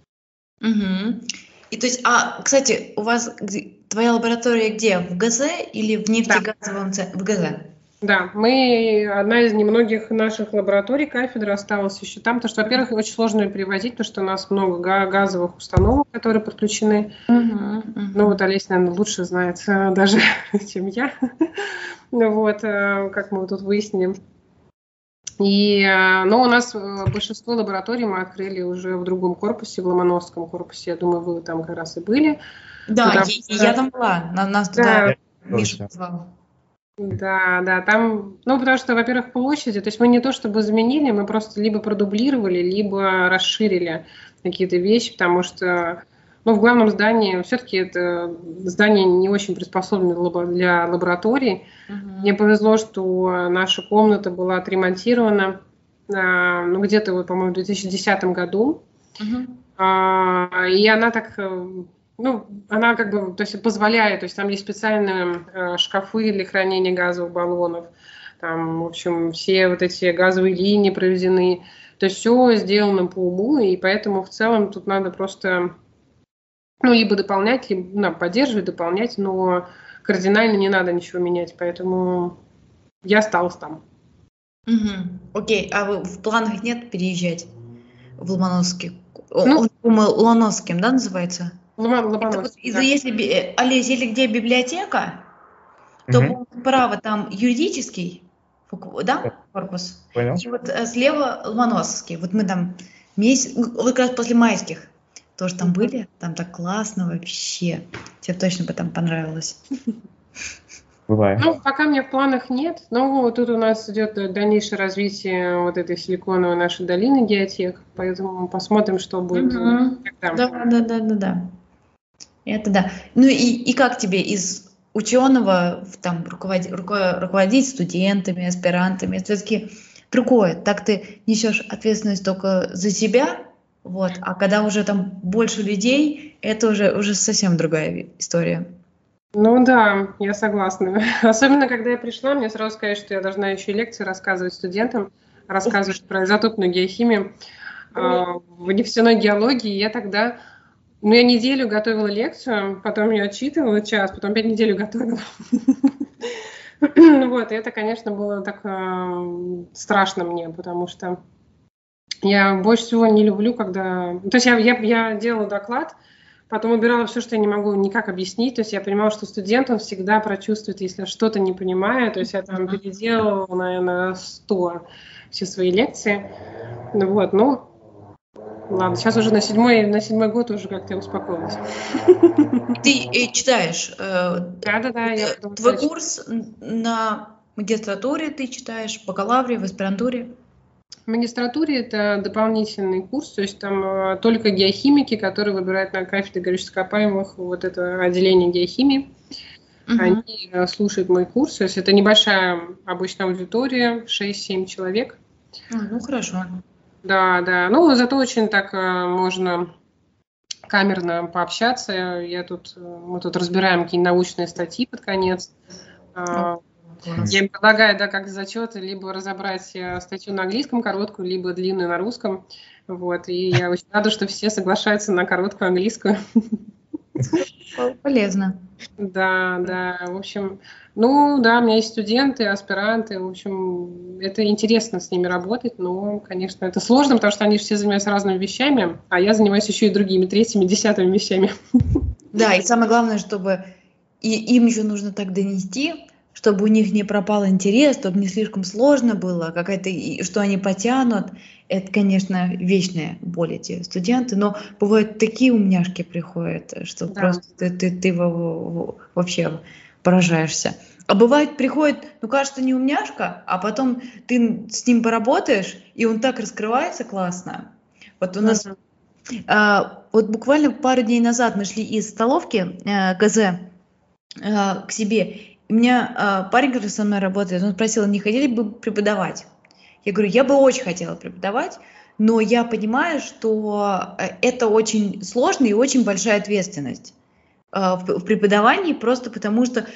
И то есть, кстати, у вас твоя лаборатория где? В ГЗ или в нефтегазовом центре? В ГЗ? Да, мы одна из немногих наших лабораторий, кафедра осталась еще там, потому что, во-первых, очень сложно ее перевозить, потому что у нас много газовых установок, которые подключены. Ну вот Олеся, наверное, лучше знает даже, чем я. Вот, как мы тут выясним. Но у нас большинство лабораторий мы открыли уже в другом корпусе, в Ломоносовском корпусе. Я думаю, вы там как раз и были. Да, я там была. Нас туда Миша позвал. Да, там, потому что, во-первых, площади, то есть мы не то чтобы заменили, мы просто либо продублировали, либо расширили какие-то вещи, потому что, в главном здании все-таки это здание не очень приспособлено для лабораторий. Мне повезло, что наша комната была отремонтирована, где-то, по-моему, в 2010 году, и она так... она как бы, то есть позволяет, то есть там есть специальные шкафы для хранения газовых баллонов, там, в общем, все вот эти газовые линии проведены, то есть все сделано по уму, и поэтому в целом тут надо просто, либо дополнять, либо поддерживать, дополнять, но кардинально не надо ничего менять, поэтому я осталась там. Окей, а вы в планах нет переезжать в Ломоносовский? Ломоносовским, да, называется? Ломоносовский, да. Если, Олесь, если где библиотека, то справа там юридический, да, корпус? Понял. И вот слева Ломоносовский. Вот мы там вот как раз после майских тоже там были, там так классно вообще. Тебе точно бы там понравилось. Бывает. Пока мне в планах нет, но тут у нас идет дальнейшее развитие вот этой силиконовой нашей долины геотех, поэтому посмотрим, что будет. Да. Это да. И как тебе из ученого там руководить студентами, аспирантами? Это все-таки другое. Так ты несешь ответственность только за себя, вот, а когда уже там больше людей, это уже совсем другая история. Да, я согласна. Особенно, когда я пришла, мне сразу сказали, что я должна еще и лекции рассказывать студентам, рассказывать про изотопную геохимию в нефтяной геологии. Я тогда, я неделю готовила лекцию, потом ее отчитывала час, потом 5 недель готовила. Вот, и это, конечно, было так страшно мне, потому что я больше всего не люблю, когда... То есть я делала доклад, потом убирала все, что я не могу никак объяснить. То есть я понимала, что студент, он всегда прочувствует, если что-то не понимает. То есть я там переделала, наверное, 100 все свои лекции. Вот, ладно, сейчас уже на седьмой год уже как-то я успокоилась. Ты читаешь? Да. Твой курс на магистратуре ты читаешь, в бакалавре, в аспирантуре? В магистратуре это дополнительный курс, то есть там только геохимики, которые выбирают на кафедре горючих ископаемых вот это отделение геохимии. Они слушают мой курс, то есть это небольшая обычная аудитория, 6-7 человек. Хорошо. Да. Зато очень так можно камерно пообщаться. Мы тут разбираем какие-то научные статьи под конец. Класс. Я им предлагаю, да, как зачеты, либо разобрать статью на английском короткую, либо длинную на русском. Вот. И я очень рада, что все соглашаются на короткую английскую. Полезно. Да, да, в общем, ну да, у меня есть студенты, аспиранты, в общем, это интересно с ними работать, но, конечно, это сложно, потому что они все занимаются разными вещами, а я занимаюсь еще и другими, третьими, десятыми вещами. Да, и самое главное, чтобы им еще нужно так донести, чтобы у них не пропал интерес, чтобы не слишком сложно было, что они потянут. Это, конечно, вечная боль эти студенты, но бывают такие умняшки приходят, что Да. просто ты вообще поражаешься. А бывает, приходит, кажется, не умняшка, а потом ты с ним поработаешь, и он так раскрывается классно. Вот у нас вот буквально пару дней назад мы шли из столовки ГЗ к себе. И у меня парень, который со мной работает, он спросил, не хотели бы преподавать? Я говорю, я бы очень хотела преподавать, но я понимаю, что это очень сложная и очень большая ответственность в преподавании, просто потому что,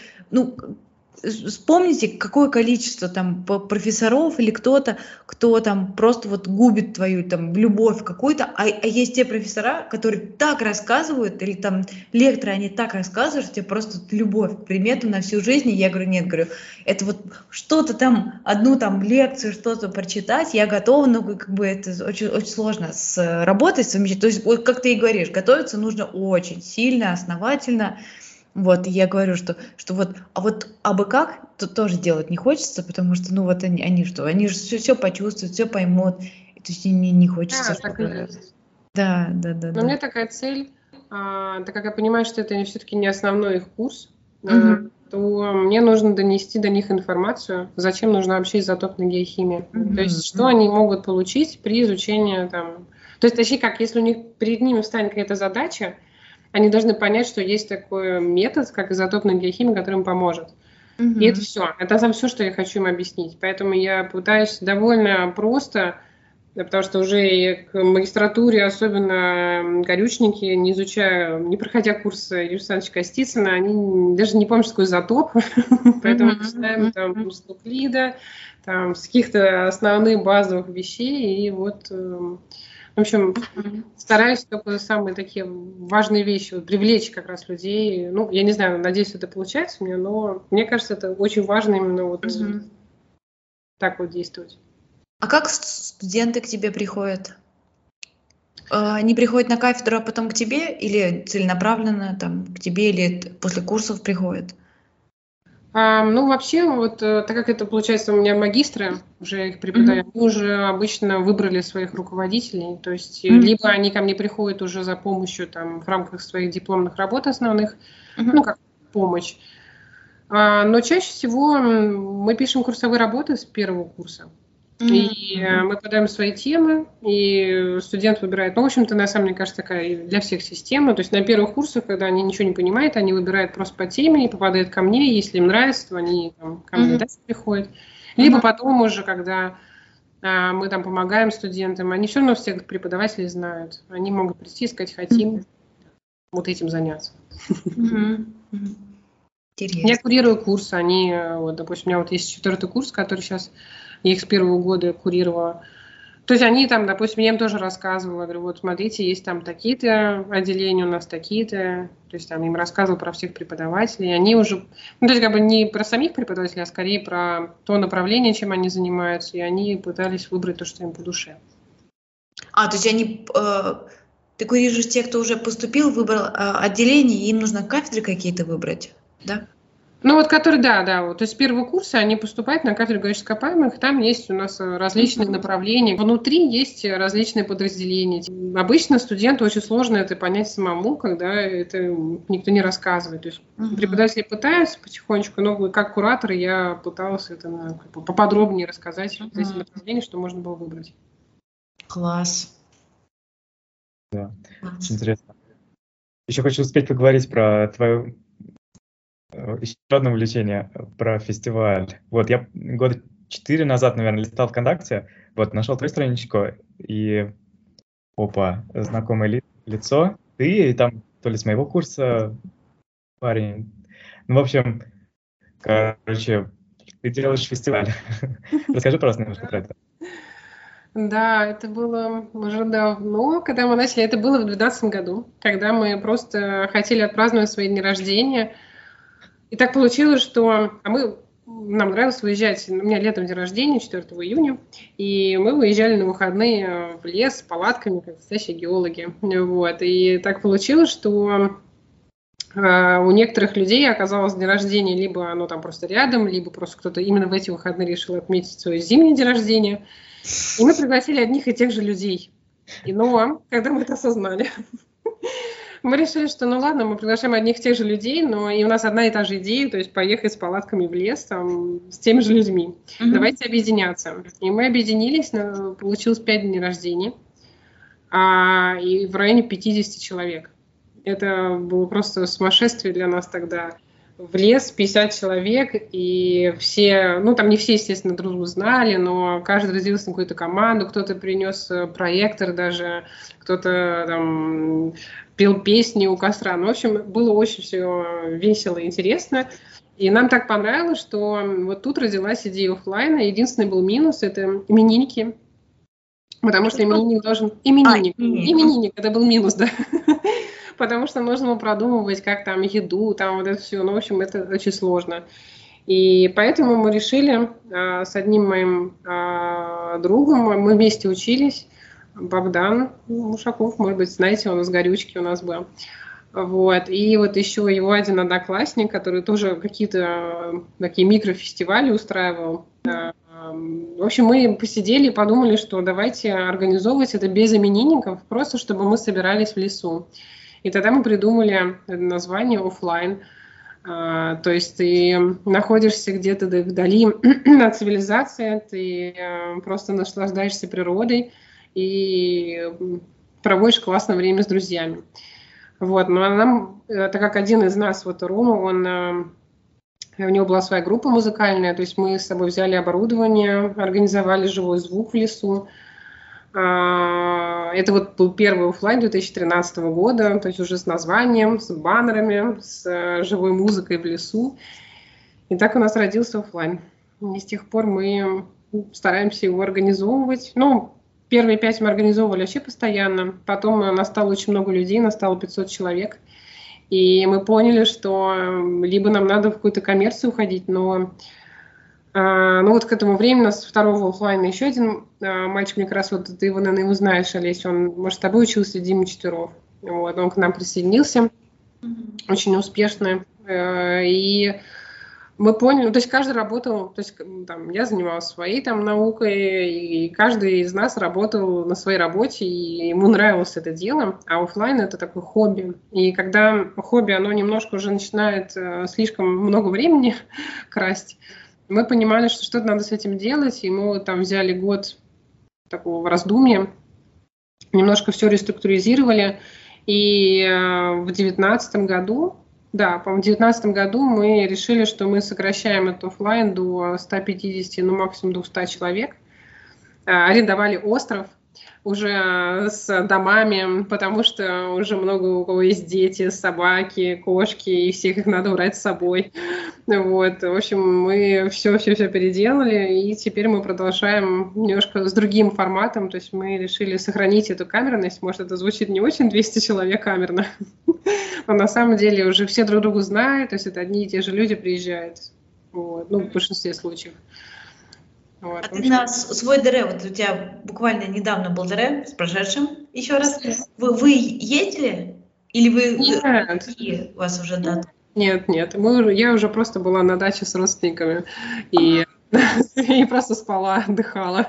вспомните, какое количество там профессоров или кто-то, кто там просто вот губит твою там любовь какую-то, а есть те профессора, которые так рассказывают, или там лекторы, они так рассказывают, что тебе просто любовь, предмету на всю жизнь, и я говорю, нет, это вот что-то там, одну там лекцию, что-то прочитать, я готова, но как бы это очень, очень сложно с работой совмещать, то есть, вот как ты и говоришь, готовиться нужно очень сильно, основательно. Вот, и я говорю, что вот, абы как, тут тоже делать не хочется, потому что, вот они же все почувствуют, все поймут, и, то есть им не хочется. Да, так и есть. Да. Но у меня такая цель, так как я понимаю, что это все-таки не основной их курс, то мне нужно донести до них информацию, зачем нужна вообще изотопная геохимия. То есть, что они могут получить при изучении там. То есть, точнее как, если у них перед ними встанет какая-то задача, они должны понять, что есть такой метод, как изотопная геохимия, который им поможет. И это все. Это все, что я хочу им объяснить. Поэтому я пытаюсь довольно просто, потому что уже к магистратуре, особенно горючники, не проходя курс Юрия Александровича Костицына, они даже не помнят, что такое изотоп. Поэтому начинаем там с Нуклида, там, с каких-то основных базовых вещей. И вот... В общем, стараюсь только самые такие важные вещи привлечь как раз людей. Я не знаю, надеюсь, это получается у меня, но мне кажется, это очень важно именно так вот действовать. А как студенты к тебе приходят? Они приходят на кафедру, а потом к тебе, или целенаправленно там к тебе, или после курсов приходят? Вообще, так как это получается у меня магистры, уже их преподаю, они уже обычно выбрали своих руководителей, то есть либо они ко мне приходят уже за помощью там в рамках своих дипломных работ основных, как помощь. Но чаще всего мы пишем курсовые работы с первого курса. И мы подаем свои темы, и студент выбирает. В общем-то, на самом деле, кажется, такая для всех система. То есть на первых курсах, когда они ничего не понимают, они выбирают просто по теме и попадают ко мне. Если им нравится, то они ко мне дальше приходят. Либо потом уже, когда мы там помогаем студентам, они все равно всех преподавателей знают. Они могут прийти и сказать, хотим вот этим заняться. Я курирую курсы. Допустим, у меня есть 4-й курс, который сейчас... Я их с первого года курировала. То есть они там, допустим, я им тоже рассказывала, говорю, вот смотрите, есть там такие-то отделения, у нас такие-то. То есть там им рассказывала про всех преподавателей. Они уже, то есть как бы не про самих преподавателей, а скорее про то направление, чем они занимаются. И они пытались выбрать то, что им по душе. То есть ты курируешь тех, кто уже поступил, выбрал отделение, и им нужно кафедры какие-то выбрать, да? Которые, да. То есть с первого курса они поступают на кафедру горючих ископаемых, там есть у нас различные направления. Внутри есть различные подразделения. Обычно студенту очень сложно это понять самому, когда это никто не рассказывает. То есть преподаватели пытаются потихонечку, но как куратор я пыталась это поподробнее рассказать эти направления, что можно было выбрать. Класс. Да, очень интересно. Еще хочу успеть поговорить про твое еще одно увлечение, про фестиваль. Вот, я года 4 назад, наверное, листал ВКонтакте, нашел твою страничку, и знакомое лицо, ты, и там то ли с моего курса парень. В общем, ты делаешь фестиваль. Расскажи, пожалуйста, немножко про это. Да, это было уже давно, когда мы начали. Это было в 2012 году, когда мы просто хотели отпраздновать свои дни рождения. И так получилось, что нам нравилось выезжать. У меня летом день рождения, 4 июня. И мы выезжали на выходные в лес с палатками, как настоящие геологи. Вот. И так получилось, что у некоторых людей оказалось день рождения, либо оно там просто рядом, либо просто кто-то именно в эти выходные решил отметить свой зимний день рождения. И мы пригласили одних и тех же людей. Но когда мы это осознали, мы решили, что ну ладно, мы приглашаем одних и тех же людей, но и у нас одна и та же идея, то есть поехать с палатками в лес там, с теми же людьми. Давайте объединяться. И мы объединились, получилось 5 дней рождения, и в районе 50 человек. Это было просто сумасшествие для нас тогда. В лес 50 человек, и все, ну там не все, естественно, друг друга знали, но каждый разделился на какую-то команду, кто-то принес проектор даже, кто-то там пел песни у костра. Ну, в общем, было очень все весело и интересно. И нам так понравилось, что вот тут родилась идея офлайна. Единственный был минус – это именинники. Потому что именинник должен… Именинник, это был минус, да. Потому что нужно было продумывать, как там еду, там вот это все. Ну, в общем, это очень сложно. И поэтому мы решили с одним моим другом, мы вместе учились, Богдан Ушаков, может быть, знаете, он из Горючки у нас был. Вот. И вот еще его один одноклассник, который тоже какие-то такие микрофестивали устраивал. В общем, мы посидели и подумали, что давайте организовывать это без именинников, просто чтобы мы собирались в лесу. И тогда мы придумали название офлайн. То есть ты находишься где-то вдали от цивилизации, ты просто наслаждаешься природой и проводишь классное время с друзьями. Вот. Но нам, так как один из нас, вот Рома, у него была своя группа музыкальная, то есть мы с собой взяли оборудование, организовали живой звук в лесу. Это вот был первый офлайн 2013 года, то есть уже с названием, с баннерами, с живой музыкой в лесу. И так у нас родился офлайн. И с тех пор мы стараемся его организовывать. Ну, первые 5 мы организовывали вообще постоянно. Потом нас стало очень много людей, нас стало 500 человек. И мы поняли, что либо нам надо в какую-то коммерцию уходить, но вот к этому времени у нас второго офлайна еще один мальчик, мне как раз вот ты его, наверное, его знаешь, Олесь, он, может, с тобой учился, Дима Четверов. Вот, он к нам присоединился, очень успешно. И мы поняли, то есть каждый работал, то есть там, я занималась своей там наукой, и каждый из нас работал на своей работе, и ему нравилось это дело, а офлайн это такое хобби. И когда хобби, оно немножко уже начинает слишком много времени красть, мы понимали, что что-то надо с этим делать, и мы там взяли год такого раздумья, немножко все реструктуризировали, и в 2019 году, да, по-моему, в 2019 году мы решили, что мы сокращаем этот офлайн до 150, ну максимум 200 человек, арендовали остров уже с домами, потому что уже много у кого есть дети, собаки, кошки, и всех их надо брать с собой. Вот, в общем, мы все переделали, и теперь мы продолжаем немножко с другим форматом, то есть мы решили сохранить эту камерность, может, это звучит не очень 200 человек камерно, но на самом деле уже все друг друга знают, то есть это одни и те же люди приезжают, вот, ну, в большинстве случаев. Вот, а ты на свой ДР, вот у тебя буквально недавно был ДР, с прошедшим еще раз, вы ездили? Или вы... Нет. Какие у вас уже даты? Нет, я уже просто была на даче с родственниками и просто спала, отдыхала.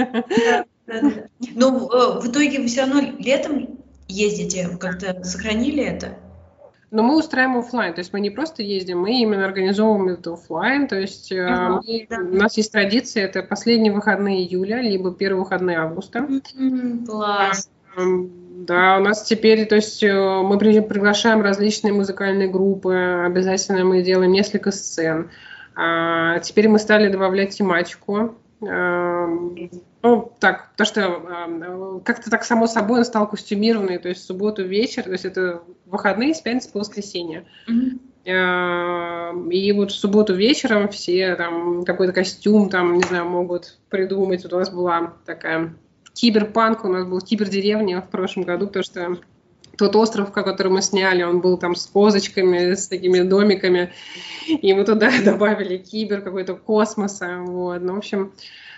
Но в итоге вы все равно летом ездите, как-то сохранили это? Но мы устраиваем офлайн, то есть мы не просто ездим, мы именно организовываем это офлайн, то есть у нас есть традиция, это последние выходные июля, либо первые выходные августа. Класс. Да, у нас теперь, то есть мы приглашаем различные музыкальные группы, обязательно мы делаем несколько сцен. Теперь мы стали добавлять тематику. Ну, так, то, что как-то так само собой он стал костюмированный, то есть в субботу вечер, то есть это выходные с пятницы по воскресенье. И вот в субботу вечером все там какой-то костюм там, не знаю, могут придумать. Вот у нас была такая киберпанк, у нас был кибердеревня в прошлом году, потому что тот остров, который мы сняли, он был там с козочками, с такими домиками, и мы туда добавили кибер, какой-то космоса, вот. Ну, в общем,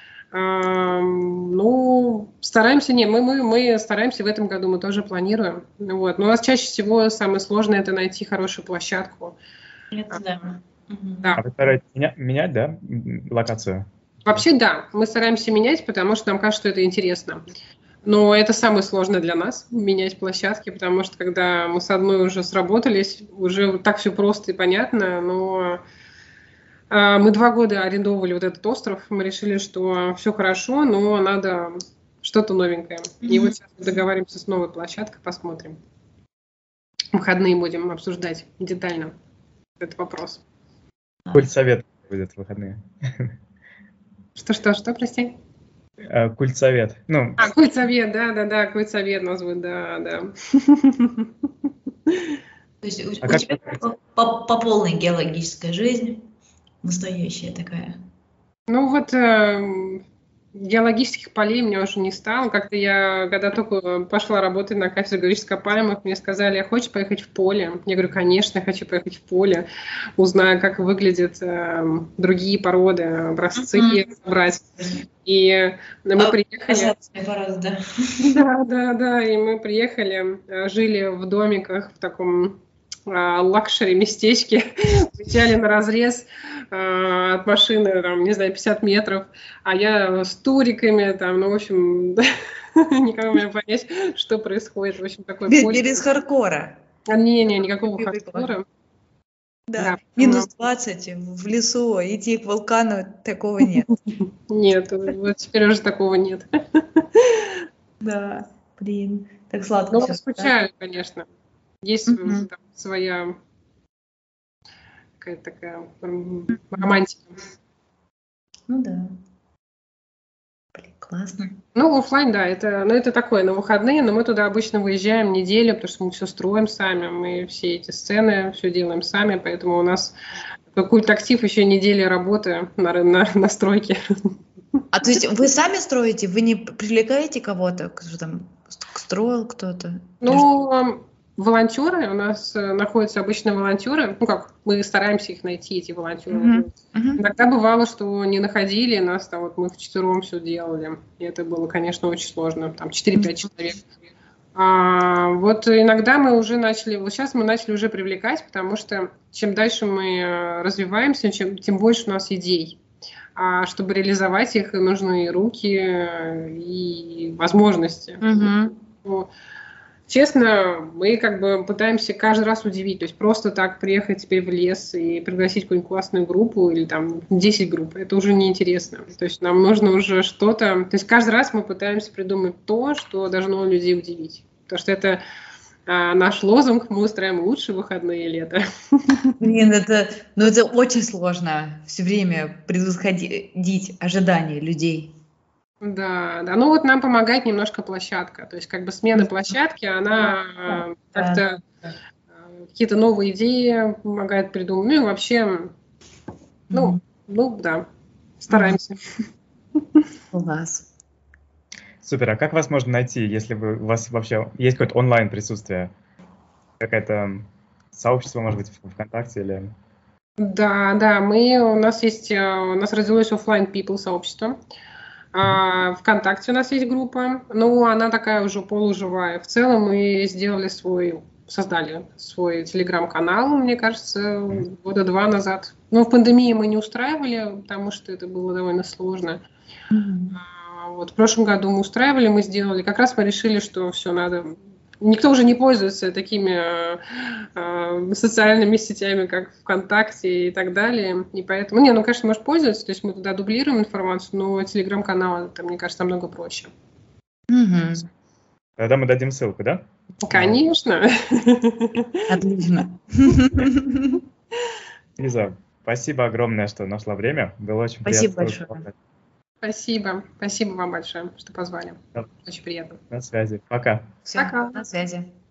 ну, стараемся, мы стараемся в этом году, мы тоже планируем, вот. Но у нас чаще всего самое сложное — это найти хорошую площадку. Это да. А вы стараетесь менять, да, локацию? Вообще, да, мы стараемся менять, потому что нам кажется, что это интересно. Но это самое сложное для нас — менять площадки, потому что когда мы с одной уже сработались, уже так все просто и понятно, но мы 2 года арендовали вот этот остров, мы решили, что все хорошо, но надо что-то новенькое. И вот сейчас мы договариваемся с новой площадкой, посмотрим. В выходные будем обсуждать детально этот вопрос. Культсовет будет в выходные. Что, прости? Культсовет. Ну, Культсовет, да, культсовет нас будет, да. То есть у тебя по полной геологическая жизнь, настоящая такая. Ну вот геологических полей у меня уже не стало. Как-то я, когда только пошла работать на кафедре геологических ископаемых, мне сказали: а хочешь поехать в поле? Я говорю: конечно, я хочу поехать в поле, узнаю, как выглядят другие породы, образцы брать. И мы приехали. Да, и мы приехали, жили в домиках в таком лакшери местечке, приезжали на разрез от машины, там, не знаю, 50 метров, а я с туриками, там, ну, в общем, никак не понять, что происходит. В общем, такой без хардкора. Никакого хардкора. Да, минус 20 в лесу, идти к вулкану, такого нет. Нет, вот теперь уже такого нет. Да, блин, так сладко. Ну, скучаю, конечно. Есть своя какая-то такая романтика. Ну да. Блин, классно. Ну, офлайн, да, это такое, на выходные, но мы туда обычно выезжаем неделю, потому что мы все строим сами, мы все эти сцены, все делаем сами, поэтому у нас культактив еще неделя работы на стройке. А то есть вы сами строите, вы не привлекаете кого-то, кто там строил кто-то? Ну, волонтеры, у нас находятся обычно волонтеры, ну как, мы стараемся их найти, эти волонтеры. Иногда бывало, что не находили нас, там вот мы вчетвером все делали, и это было, конечно, очень сложно, там 4-5 человек. Вот иногда мы уже начали, вот сейчас мы начали уже привлекать, потому что чем дальше мы развиваемся, тем больше у нас идей. А чтобы реализовать их, нужны руки и возможности. Честно, мы как бы пытаемся каждый раз удивить. То есть просто так приехать теперь в лес и пригласить какую-нибудь классную группу или там 10 групп, это уже неинтересно. То есть нам нужно уже что-то... То есть каждый раз мы пытаемся придумать то, что должно людей удивить. Потому что это наш лозунг: мы устраиваем лучшие выходные лета. Блин, это очень сложно все время предусходить ожидания людей. Да. Ну вот нам помогает немножко площадка. То есть как бы смена площадки, она как-то какие-то новые идеи помогает придумать. Ну и вообще, да, стараемся. Класс. Супер. А как вас можно найти, если у вас вообще есть какое-то онлайн присутствие? Какое-то сообщество, может быть, ВКонтакте или... Да, у нас родилось офлайн people сообщество. ВКонтакте у нас есть группа, но она такая уже полуживая. В целом мы создали свой телеграм-канал, мне кажется, 2 года назад. Но в пандемии мы не устраивали, потому что это было довольно сложно. Вот в прошлом году мы устраивали, мы сделали. Как раз мы решили, что все надо. Никто уже не пользуется такими социальными сетями, как ВКонтакте и так далее. И поэтому, конечно, можешь пользоваться, то есть мы туда дублируем информацию, но телеграм-канал, это, мне кажется, намного проще. Тогда мы дадим ссылку, да? Конечно. Отлично. Лиза, спасибо огромное, что нашла время. Было очень приятно. Спасибо большое. Спасибо вам большое, что позвали. Очень приятно. На связи. Пока. Все, на связи.